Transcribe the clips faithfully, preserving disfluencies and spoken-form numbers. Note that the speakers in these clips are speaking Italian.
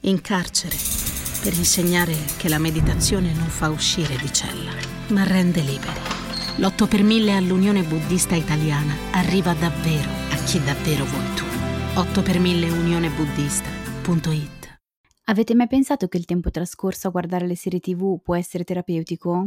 in carcere per insegnare che la meditazione non fa uscire di cella, ma rende liberi. L'otto per mille all'Unione Buddista Italiana arriva davvero a chi davvero vuoi tu. otto per mille unione buddista punto it. Avete mai pensato che il tempo trascorso a guardare le serie tivù può essere terapeutico?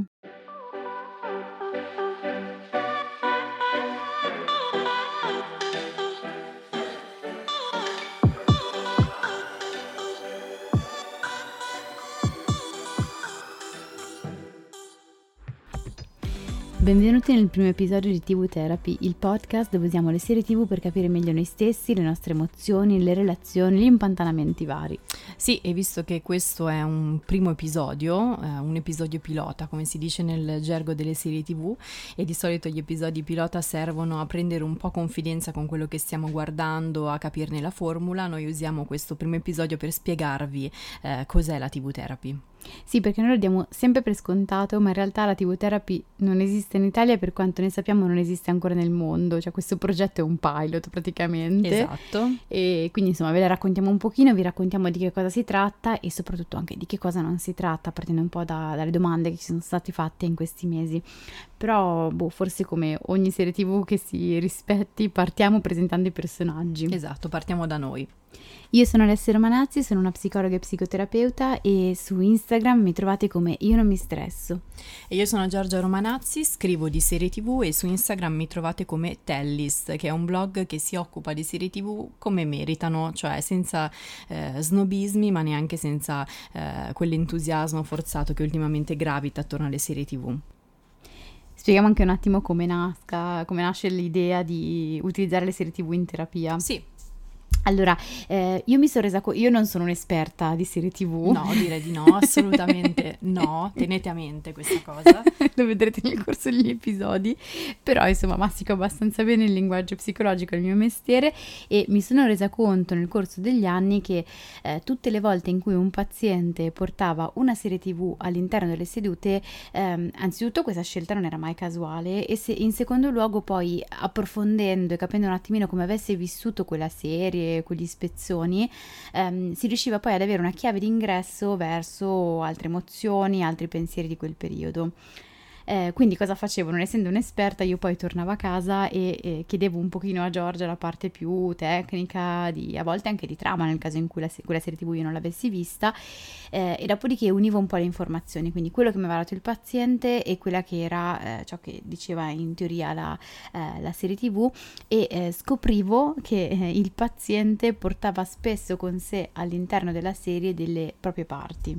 Benvenuti nel primo episodio di T V Therapy, il podcast dove usiamo le serie tivù per capire meglio noi stessi, le nostre emozioni, le relazioni, gli impantanamenti vari. Sì, e visto che questo è un primo episodio, eh, un episodio pilota, come si dice nel gergo delle serie tivù, e di solito gli episodi pilota servono a prendere un po' confidenza con quello che stiamo guardando, a capirne la formula, noi usiamo questo primo episodio per spiegarvi eh, cos'è la T V Therapy. Sì, perché noi lo diamo sempre per scontato, ma in realtà la T V Therapy non esiste in Italia, per quanto ne sappiamo non esiste ancora nel mondo, cioè questo progetto è un pilot praticamente. Esatto. E quindi insomma ve la raccontiamo un pochino, vi raccontiamo di che cosa si tratta e soprattutto anche di che cosa non si tratta, partendo un po' da, dalle domande che ci sono state fatte in questi mesi. Però, boh, forse come ogni serie tivù che si rispetti, partiamo presentando i personaggi. Esatto, partiamo da noi. Io sono Alessia Romanazzi, sono una psicologa e psicoterapeuta e su Instagram mi trovate come Io non mi stresso. E io sono Giorgia Romanazzi, scrivo di serie tivù e su Instagram mi trovate come Tellist, che è un blog che si occupa di serie tivù come meritano, cioè senza eh, snobismi ma neanche senza eh, quell'entusiasmo forzato che ultimamente gravita attorno alle serie tivù. Spieghiamo anche un attimo come nasca, come nasce l'idea di utilizzare le serie tivù in terapia. Sì. Allora, eh, io mi sono resa conto, io non sono un'esperta di serie tivù. No, direi di no, assolutamente no, tenete a mente questa cosa. Lo vedrete nel corso degli episodi, però insomma mastico abbastanza bene il linguaggio psicologico del mio mestiere e mi sono resa conto nel corso degli anni che eh, tutte le volte in cui un paziente portava una serie tivù all'interno delle sedute, ehm, anzitutto questa scelta non era mai casuale e se, in secondo luogo poi approfondendo e capendo un attimino come avesse vissuto quella serie, quegli spezzoni, ehm, si riusciva poi ad avere una chiave d'ingresso verso altre emozioni, altri pensieri di quel periodo. Eh, quindi cosa facevo? Non essendo un'esperta, io poi tornavo a casa e, e chiedevo un pochino a Giorgia la parte più tecnica, di, a volte anche di trama nel caso in cui la, quella serie tivù io non l'avessi vista, eh, e dopodiché univo un po' le informazioni, quindi quello che mi aveva dato il paziente e quella che era eh, ciò che diceva in teoria la, eh, la serie tivù e eh, scoprivo che eh, il paziente portava spesso con sé all'interno della serie delle proprie parti.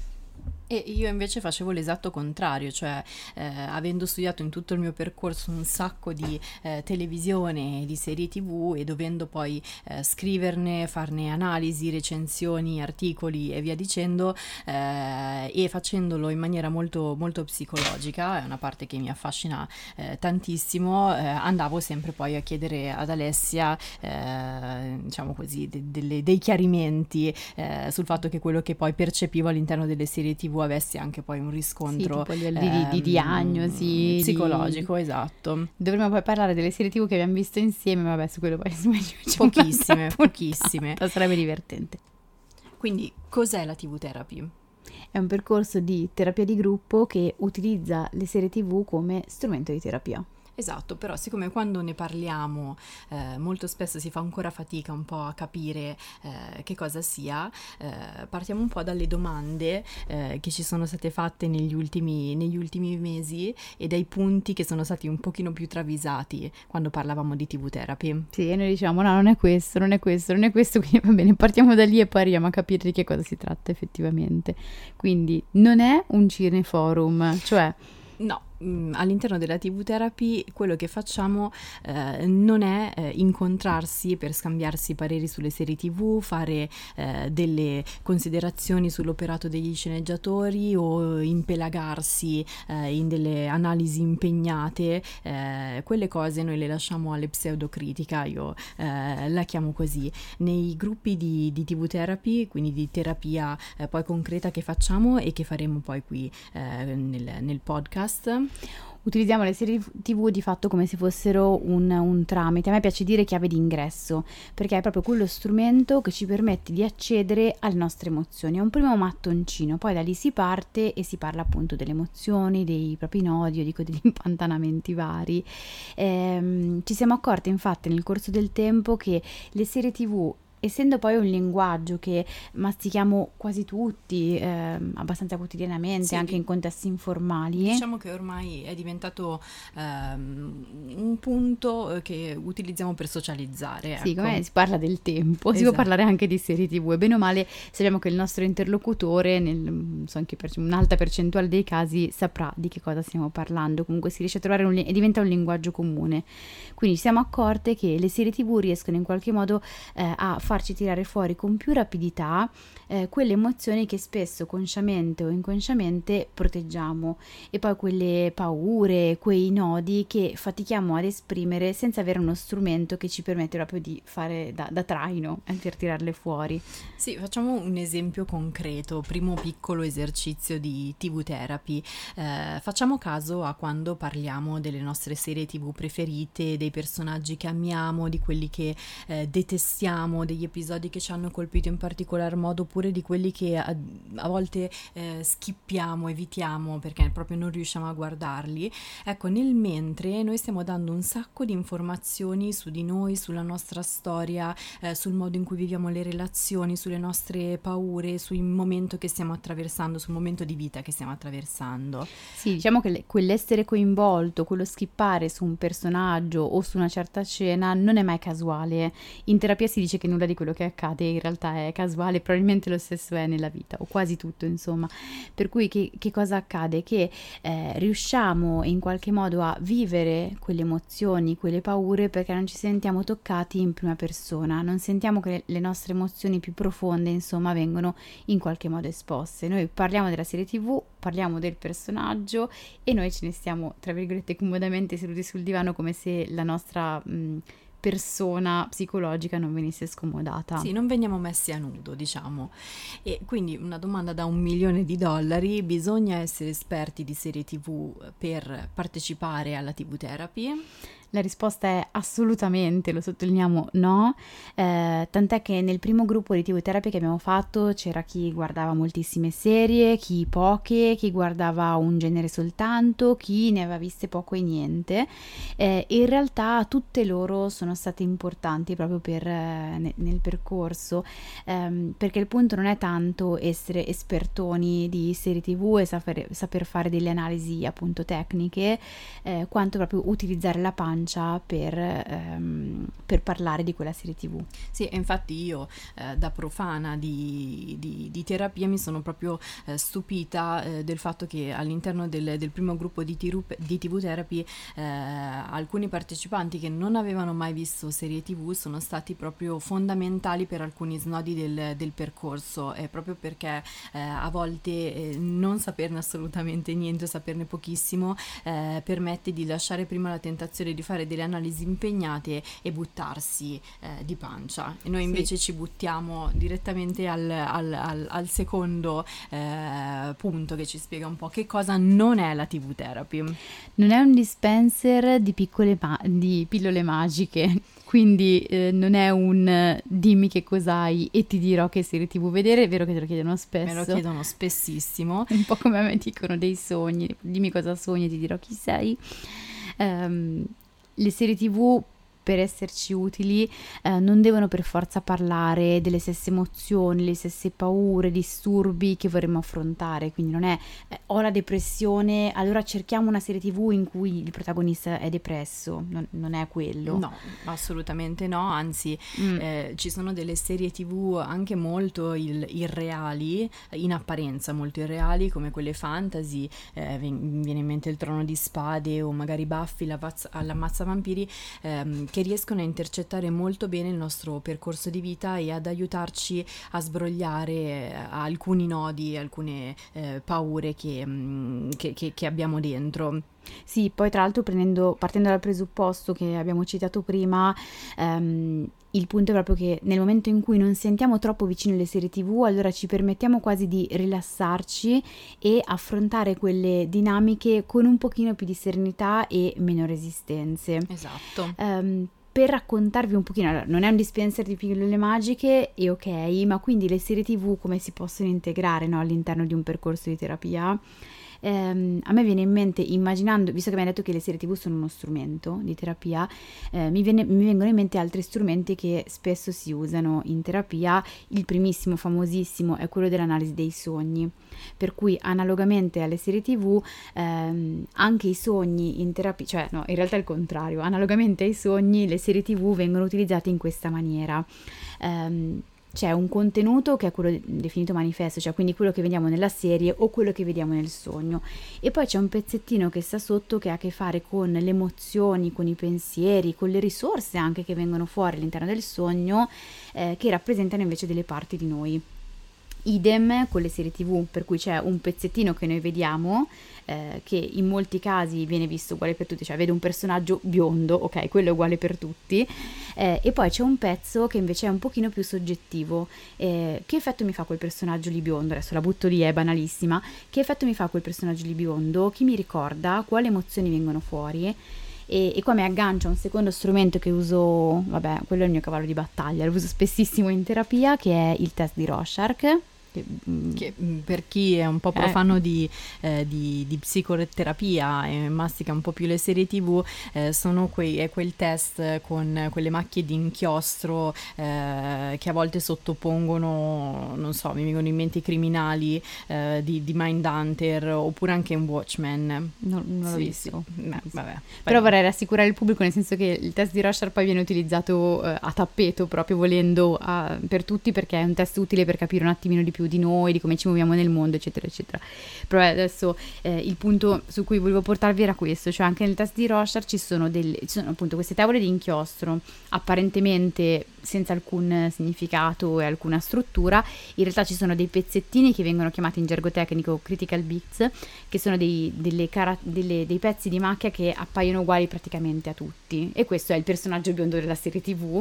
E io invece facevo l'esatto contrario, cioè eh, avendo studiato in tutto il mio percorso un sacco di eh, televisione e di serie tivù e dovendo poi eh, scriverne, farne analisi, recensioni, articoli e via dicendo, eh, e facendolo in maniera molto, molto psicologica, è una parte che mi affascina eh, tantissimo, eh, andavo sempre poi a chiedere ad Alessia, eh, diciamo così, de- delle, dei chiarimenti eh, sul fatto che quello che poi percepivo all'interno delle serie tivù avessi anche poi un riscontro sì, tipo di, ehm, di diagnosi psicologico, di... esatto. Dovremmo poi parlare delle serie tivù che abbiamo visto insieme, ma vabbè, su quello poi pochissime, pochissime. Sarebbe divertente. Quindi cos'è la T V Therapy? È un percorso di terapia di gruppo che utilizza le serie tivù come strumento di terapia. Esatto, però siccome quando ne parliamo eh, molto spesso si fa ancora fatica un po' a capire eh, che cosa sia, eh, partiamo un po' dalle domande eh, che ci sono state fatte negli ultimi, negli ultimi mesi e dai punti che sono stati un pochino più travisati quando parlavamo di T V Therapy. Sì, e noi diciamo no, non è questo, non è questo, non è questo, quindi va bene, partiamo da lì e poi arriviamo a capire di che cosa si tratta effettivamente. Quindi non è un cineforum, cioè... No, all'interno della T V Therapy quello che facciamo eh, non è eh, incontrarsi per scambiarsi pareri sulle serie tivù, fare eh, delle considerazioni sull'operato degli sceneggiatori o impelagarsi eh, in delle analisi impegnate, eh, quelle cose noi le lasciamo alle pseudocritica, io eh, la chiamo così. Nei gruppi di, di T V Therapy, quindi di terapia eh, poi concreta che facciamo e che faremo poi qui eh, nel, nel podcast, Utilizziamo le serie tv di fatto come se fossero un, un tramite. A me piace dire chiave d'ingresso, perché è proprio quello strumento che ci permette di accedere alle nostre emozioni. È un primo mattoncino, poi da lì si parte e si parla appunto delle emozioni, dei propri nodi, io dico degli impantanamenti vari. Ehm, ci siamo accorti infatti nel corso del tempo che le serie tv, essendo poi un linguaggio che mastichiamo quasi tutti, eh, abbastanza quotidianamente, Sì, anche in contesti informali. Diciamo che ormai è diventato ehm, un punto che utilizziamo per socializzare. Sì, ecco. come si parla del tempo, si Esatto. può parlare anche di serie tv e bene o male sappiamo che il nostro interlocutore, nel, non so, anche per un'alta percentuale dei casi, saprà di che cosa stiamo parlando, comunque si riesce a trovare un, e diventa un linguaggio comune. Quindi ci siamo accorte che le serie tv riescono in qualche modo eh, a farci tirare fuori con più rapidità eh, quelle emozioni che spesso consciamente o inconsciamente proteggiamo, e poi quelle paure, quei nodi che fatichiamo ad esprimere senza avere uno strumento che ci permette proprio di fare da, da traino eh, per tirarle fuori. Sì, facciamo un esempio concreto, primo piccolo esercizio di T V therapy. Eh, facciamo caso a quando parliamo delle nostre serie T V preferite, dei personaggi che amiamo, di quelli che eh, detestiamo, degli episodi che ci hanno colpito in particolar modo, oppure di quelli che a, a volte eh, skippiamo, evitiamo perché proprio non riusciamo a guardarli. Ecco, nel mentre noi stiamo dando un sacco di informazioni su di noi, sulla nostra storia, eh, sul modo in cui viviamo le relazioni, sulle nostre paure, sul momento che stiamo attraversando, sul momento di vita che stiamo attraversando. Sì, diciamo che le, quell'essere coinvolto, quello skippare su un personaggio o su una certa scena non è mai casuale. In terapia si dice che nulla di quello che accade in realtà è casuale, probabilmente lo stesso è nella vita, o quasi tutto insomma. Per cui che, che cosa accade? Che eh, riusciamo in qualche modo a vivere quelle emozioni, quelle paure, perché non ci sentiamo toccati in prima persona, non sentiamo che le nostre emozioni più profonde insomma vengono in qualche modo esposte. Noi parliamo della serie tv, parliamo del personaggio e noi ce ne stiamo tra virgolette comodamente seduti sul divano come se la nostra mh, persona psicologica non venisse scomodata. Sì, non veniamo messi a nudo, diciamo. E quindi una domanda da un milione di dollari: bisogna essere esperti di serie tv per partecipare alla T V therapy? La risposta è assolutamente, lo sottolineiamo, no, eh, tant'è che nel primo gruppo di T V therapy che abbiamo fatto c'era chi guardava moltissime serie, chi poche, chi guardava un genere soltanto, chi ne aveva viste poco e niente. Eh, in realtà tutte loro sono state importanti proprio per, eh, ne, nel percorso, ehm, perché il punto non è tanto essere espertoni di serie tv e saper, saper fare delle analisi appunto tecniche, eh, quanto proprio utilizzare la pancia per, ehm, per parlare di quella serie tv. Sì, e infatti io eh, da profana di, di, di terapia mi sono proprio eh, stupita eh, del fatto che all'interno del, del primo gruppo di, tiru, di T V therapy eh, alcuni partecipanti che non avevano mai visto serie tv sono stati proprio fondamentali per alcuni snodi del, del percorso, eh, proprio perché eh, a volte eh, non saperne assolutamente niente, saperne pochissimo eh, permette di lasciare prima la tentazione di fare delle analisi impegnate e buttarsi eh, di pancia, e noi invece sì. ci buttiamo direttamente al, al, al, al secondo eh, punto che ci spiega un po' che cosa non è la T V therapy. Non è un dispenser di piccole ma- di pillole magiche, quindi eh, non è un dimmi che cos'hai e ti dirò che serie tv vedere. È vero che te lo chiedono spesso, me lo chiedono spessissimo, un po' come a me dicono dei sogni, dimmi cosa sogni e ti dirò chi sei. Um, le serie tv, per esserci utili, eh, non devono per forza parlare delle stesse emozioni, le stesse paure, disturbi che vorremmo affrontare. Quindi non è eh, ho la depressione, allora cerchiamo una serie tv in cui il protagonista è depresso. Non, non è quello. No, assolutamente no, anzi mm. eh, ci sono delle serie tv anche molto il, irreali, in apparenza molto irreali, come quelle fantasy, eh, viene in mente il Trono di Spade o magari Buffy l'Ammazza Vampiri, ehm, che riescono a intercettare molto bene il nostro percorso di vita e ad aiutarci a sbrogliare eh, alcuni nodi, alcune eh, paure che, mh, che, che, che abbiamo dentro. Sì, poi tra l'altro prendendo, partendo dal presupposto che abbiamo citato prima, ehm, il punto è proprio che nel momento in cui non sentiamo troppo vicino alle serie tv, allora ci permettiamo quasi di rilassarci e affrontare quelle dinamiche con un pochino più di serenità e meno resistenze. Esatto. Um, per raccontarvi un pochino, allora, non è un dispenser di pillole magiche e ok, ma quindi le serie tv come si possono integrare, no, all'interno di un percorso di terapia? Eh, a me viene in mente, immaginando, visto che mi hai detto che le serie tv sono uno strumento di terapia, eh, mi, viene, mi vengono in mente altri strumenti che spesso si usano in terapia. Il primissimo, famosissimo, è quello dell'analisi dei sogni, per cui analogamente alle serie tv ehm, anche i sogni in terapia, cioè no, in realtà è il contrario, analogamente ai sogni le serie tv vengono utilizzate in questa maniera. ehm, C'è un contenuto che è quello definito manifesto, cioè quindi quello che vediamo nella serie o quello che vediamo nel sogno, e poi c'è un pezzettino che sta sotto che ha a che fare con le emozioni, con i pensieri, con le risorse anche che vengono fuori all'interno del sogno, eh, che rappresentano invece delle parti di noi. Idem con le serie tv, per cui c'è un pezzettino che noi vediamo, eh, che in molti casi viene visto uguale per tutti, cioè vedo un personaggio biondo, ok, quello è uguale per tutti, eh, e poi c'è un pezzo che invece è un pochino più soggettivo. Eh, che effetto mi fa quel personaggio lì biondo? Adesso la butto lì, è banalissima. Che effetto mi fa quel personaggio lì biondo? Chi mi ricorda? Quali emozioni vengono fuori? E, e qua mi aggancio a un secondo strumento che uso, vabbè, quello è il mio cavallo di battaglia, lo uso spessissimo in terapia, che è il test di Rorschach. Che, che per chi è un po' profano eh. di, eh, di, di psicoterapia e mastica un po' più le serie tv, eh, sono quei, è quel test con quelle macchie di inchiostro eh, che a volte sottopongono, non so, mi vengono in mente i criminali eh, di, di Mindhunter, oppure anche in Watchmen. Non, non l'ho sì, visto. Sì. Beh, vabbè, però vorrei rassicurare il pubblico, nel senso che il test di Rorschach poi viene utilizzato eh, a tappeto, proprio volendo, a, per tutti, perché è un test utile per capire un attimino di più di noi, di come ci muoviamo nel mondo, eccetera eccetera. Però adesso eh, il punto su cui volevo portarvi era questo, cioè anche nel test di Rorschach ci sono, delle, ci sono appunto queste tavole di inchiostro apparentemente senza alcun significato e alcuna struttura. In realtà ci sono dei pezzettini che vengono chiamati in gergo tecnico critical bits, che sono dei, delle cara- delle, dei pezzi di macchia che appaiono uguali praticamente a tutti, e questo è il personaggio biondo della serie tv.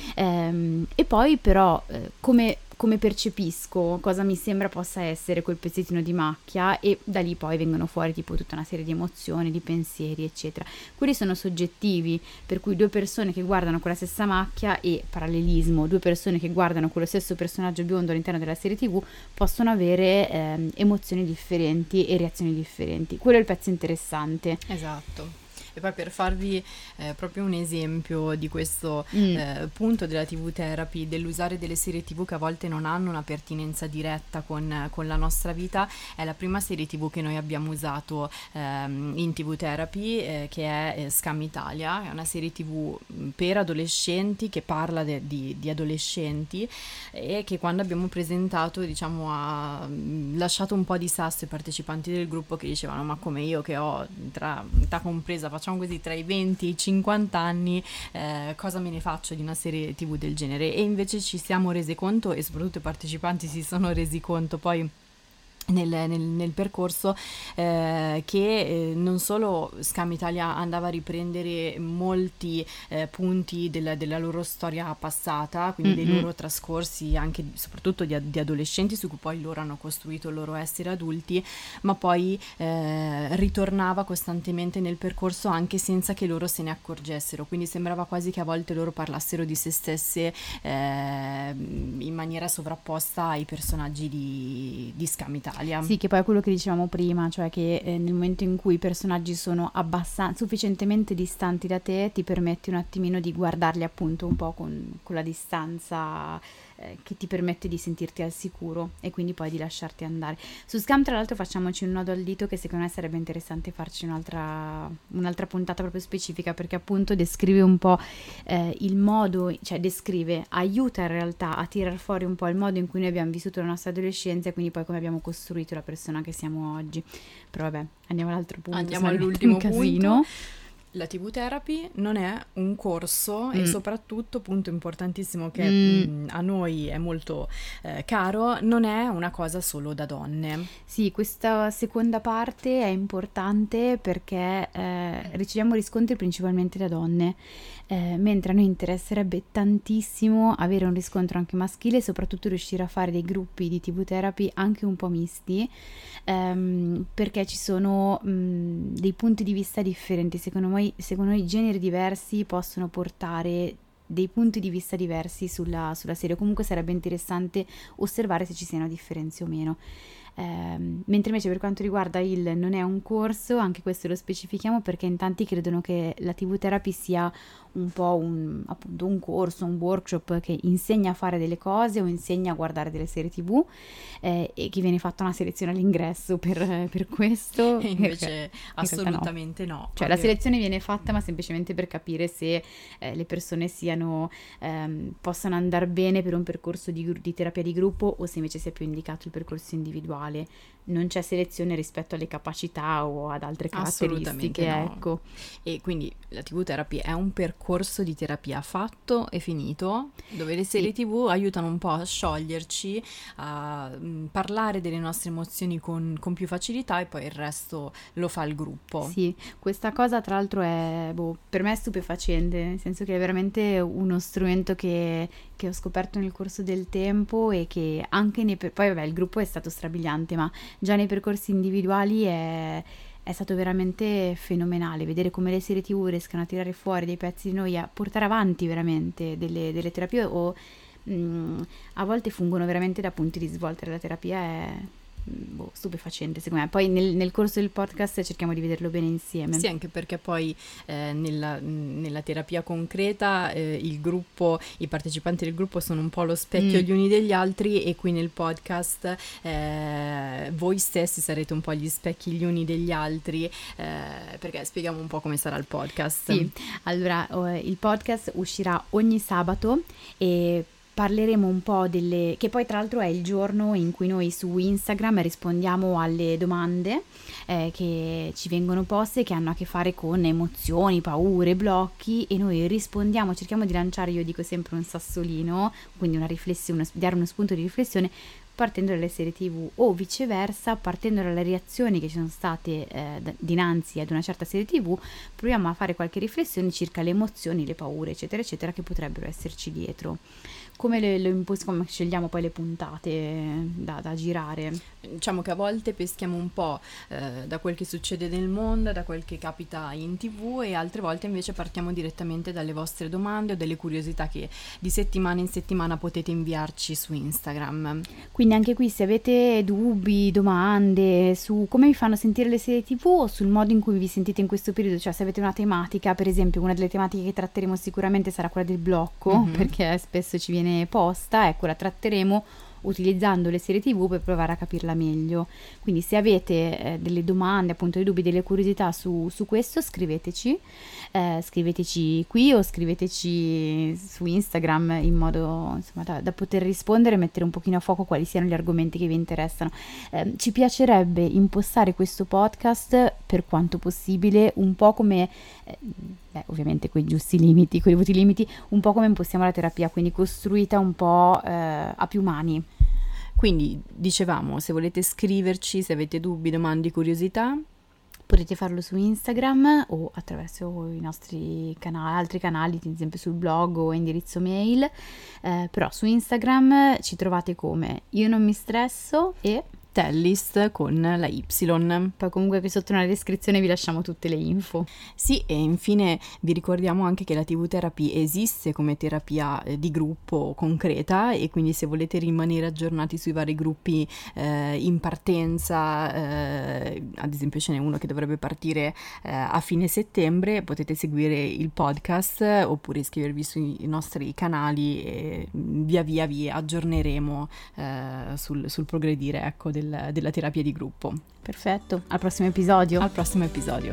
Ehm, e poi però eh, come come percepisco, cosa mi sembra possa essere quel pezzettino di macchia, e da lì poi vengono fuori tipo tutta una serie di emozioni, di pensieri, eccetera. Quelli sono soggettivi, per cui due persone che guardano quella stessa macchia, e parallelismo, due persone che guardano quello stesso personaggio biondo all'interno della serie tv possono avere ehm, emozioni differenti e reazioni differenti. Quello è il pezzo interessante. Esatto. E poi per farvi eh, proprio un esempio di questo mm. eh, punto della T V therapy, dell'usare delle serie T V che a volte non hanno una pertinenza diretta con, con la nostra vita, è la prima serie T V che noi abbiamo usato ehm, in T V therapy, eh, che è eh, Scam Italia. È una serie T V per adolescenti che parla de, di, di adolescenti, e che quando abbiamo presentato, diciamo, ha lasciato un po' di sasso ai partecipanti del gruppo, che dicevano: ma come, io che ho tra età compresa, facciamo così, tra i venti e i cinquanta anni, eh, cosa me ne faccio di una serie T V del genere? E invece ci siamo resi conto, e soprattutto i partecipanti si sono resi conto poi Nel, nel, nel percorso, eh, che eh, non solo Scam Italia andava a riprendere molti eh, punti della, della loro storia passata, quindi mm-hmm. dei loro trascorsi anche soprattutto di, di adolescenti, su cui poi loro hanno costruito il loro essere adulti, ma poi eh, ritornava costantemente nel percorso anche senza che loro se ne accorgessero, quindi sembrava quasi che a volte loro parlassero di se stesse eh, in maniera sovrapposta ai personaggi di, di Scam Italia. Sì, che poi è quello che dicevamo prima, cioè che eh, nel momento in cui i personaggi sono abbastanza sufficientemente distanti da te, ti permetti un attimino di guardarli appunto un po' con, con la distanza eh, che ti permette di sentirti al sicuro e quindi poi di lasciarti andare. Su Scam, tra l'altro, facciamoci un nodo al dito, che secondo me sarebbe interessante farci un'altra, un'altra puntata proprio specifica, perché appunto descrive un po' eh, il modo, cioè descrive, aiuta in realtà a tirar fuori un po' il modo in cui noi abbiamo vissuto la nostra adolescenza e quindi poi come abbiamo costruito la persona che siamo oggi. Però vabbè, andiamo all'altro punto. Andiamo all'ultimo punto. La T V therapy non è un corso mm. e soprattutto, punto importantissimo che mm. mh, a noi è molto eh, caro, non è una cosa solo da donne. Sì, questa seconda parte è importante perché eh, riceviamo riscontri principalmente da donne. eh, mentre a noi interesserebbe tantissimo avere un riscontro anche maschile e soprattutto riuscire a fare dei gruppi di T V therapy anche un po' misti, ehm, perché ci sono mh, dei punti di vista differenti. Secondo noi, secondo noi generi diversi possono portare dei punti di vista diversi sulla, sulla serie. Comunque sarebbe interessante osservare se ci siano differenze o meno. Eh, mentre invece per quanto riguarda il non è un corso, anche questo lo specifichiamo perché in tanti credono che la T V therapy sia un po' un, appunto un corso, un workshop che insegna a fare delle cose o insegna a guardare delle serie tv, eh, e che viene fatta una selezione all'ingresso per, per questo. E invece assolutamente no. no. Cioè la selezione viene fatta ma semplicemente per capire se eh, le persone siano ehm, possano andare bene per un percorso di, di terapia di gruppo o se invece sia più indicato il percorso individuale. Non c'è selezione rispetto alle capacità o ad altre caratteristiche, no. Ecco. E quindi la T V therapy è un percorso di terapia fatto e finito, dove le serie sì. T V aiutano un po' a scioglierci, a mh, parlare delle nostre emozioni con, con più facilità e poi il resto lo fa il gruppo. Sì, questa cosa tra l'altro è, boh, per me è stupefacente, nel senso che è veramente uno strumento che, che ho scoperto nel corso del tempo e che anche nei... Poi vabbè, il gruppo è stato strabiliante, ma già nei percorsi individuali è, è stato veramente fenomenale vedere come le serie tv riescano a tirare fuori dei pezzi di noi, a portare avanti veramente delle, delle terapie o mh, a volte fungono veramente da punti di svolta della terapia. È boh, stupefacente secondo me. Poi nel, nel corso del podcast cerchiamo di vederlo bene insieme. Sì, anche perché poi eh, nella, nella terapia concreta eh, il gruppo, i partecipanti del gruppo sono un po' lo specchio mm. gli uni degli altri, e qui nel podcast eh, voi stessi sarete un po' gli specchi gli uni degli altri, eh, perché spieghiamo un po' come sarà il podcast. Sì, allora eh, il podcast uscirà ogni sabato e parleremo un po' delle... che poi tra l'altro è il giorno in cui noi su Instagram rispondiamo alle domande eh, che ci vengono poste, che hanno a che fare con emozioni, paure, blocchi, e noi rispondiamo, cerchiamo di lanciare, io dico sempre, un sassolino, quindi una riflessione, dare uno spunto di riflessione partendo dalle serie tv o viceversa, partendo dalle reazioni che ci sono state eh, dinanzi ad una certa serie tv, proviamo a fare qualche riflessione circa le emozioni, le paure, eccetera eccetera, che potrebbero esserci dietro. Come le, le impos- come scegliamo poi le puntate da, da girare? Diciamo che a volte peschiamo un po' eh, da quel che succede nel mondo, da quel che capita in tv, e altre volte invece partiamo direttamente dalle vostre domande o delle curiosità che di settimana in settimana potete inviarci su Instagram. Quindi anche qui, se avete dubbi, domande su come vi fanno sentire le serie tv o sul modo in cui vi sentite in questo periodo, cioè se avete una tematica, per esempio una delle tematiche che tratteremo sicuramente sarà quella del blocco, mm-hmm. perché spesso ci viene posta, ecco, la tratteremo utilizzando le serie tv per provare a capirla meglio. Quindi se avete eh, delle domande, appunto dei dubbi, delle curiosità su, su questo, scriveteci, eh, scriveteci qui o scriveteci su Instagram, in modo insomma da, da poter rispondere e mettere un pochino a fuoco quali siano gli argomenti che vi interessano. Eh, ci piacerebbe impostare questo podcast, per quanto possibile, un po' come eh, beh, ovviamente con i giusti limiti, con i dovuti limiti, un po' come impostiamo la terapia, quindi costruita un po' eh, a più mani. Quindi dicevamo, se volete scriverci, se avete dubbi, domande, curiosità, potete farlo su Instagram o attraverso i nostri canali, altri canali, ad esempio sul blog o indirizzo mail, eh, però su Instagram ci trovate come Io non mi stresso e Tellist con la Y. Poi comunque qui sotto nella descrizione vi lasciamo tutte le info. Sì, e infine vi ricordiamo anche che la T V therapy esiste come terapia eh, di gruppo concreta, e quindi se volete rimanere aggiornati sui vari gruppi eh, in partenza, eh, ad esempio ce n'è uno che dovrebbe partire eh, a fine settembre, potete seguire il podcast oppure iscrivervi sui nostri canali e via via vi aggiorneremo eh, sul, sul progredire, ecco, del della terapia di gruppo. Perfetto, al prossimo episodio. Al prossimo episodio.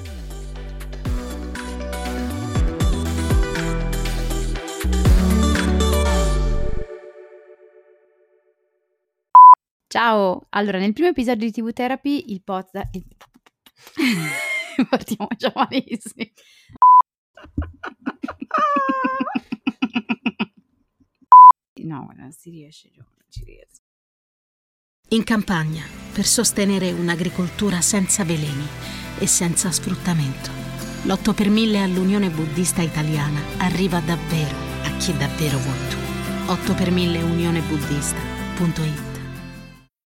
Ciao, allora nel primo episodio di T V Therapy il podcast il... partiamo già malissimo. No, non si riesce, non ci riesco. In campagna, per sostenere un'agricoltura senza veleni e senza sfruttamento. L'otto per mille all'Unione Buddista Italiana arriva davvero a chi davvero vuoi tu. otto per mille unione buddista punto it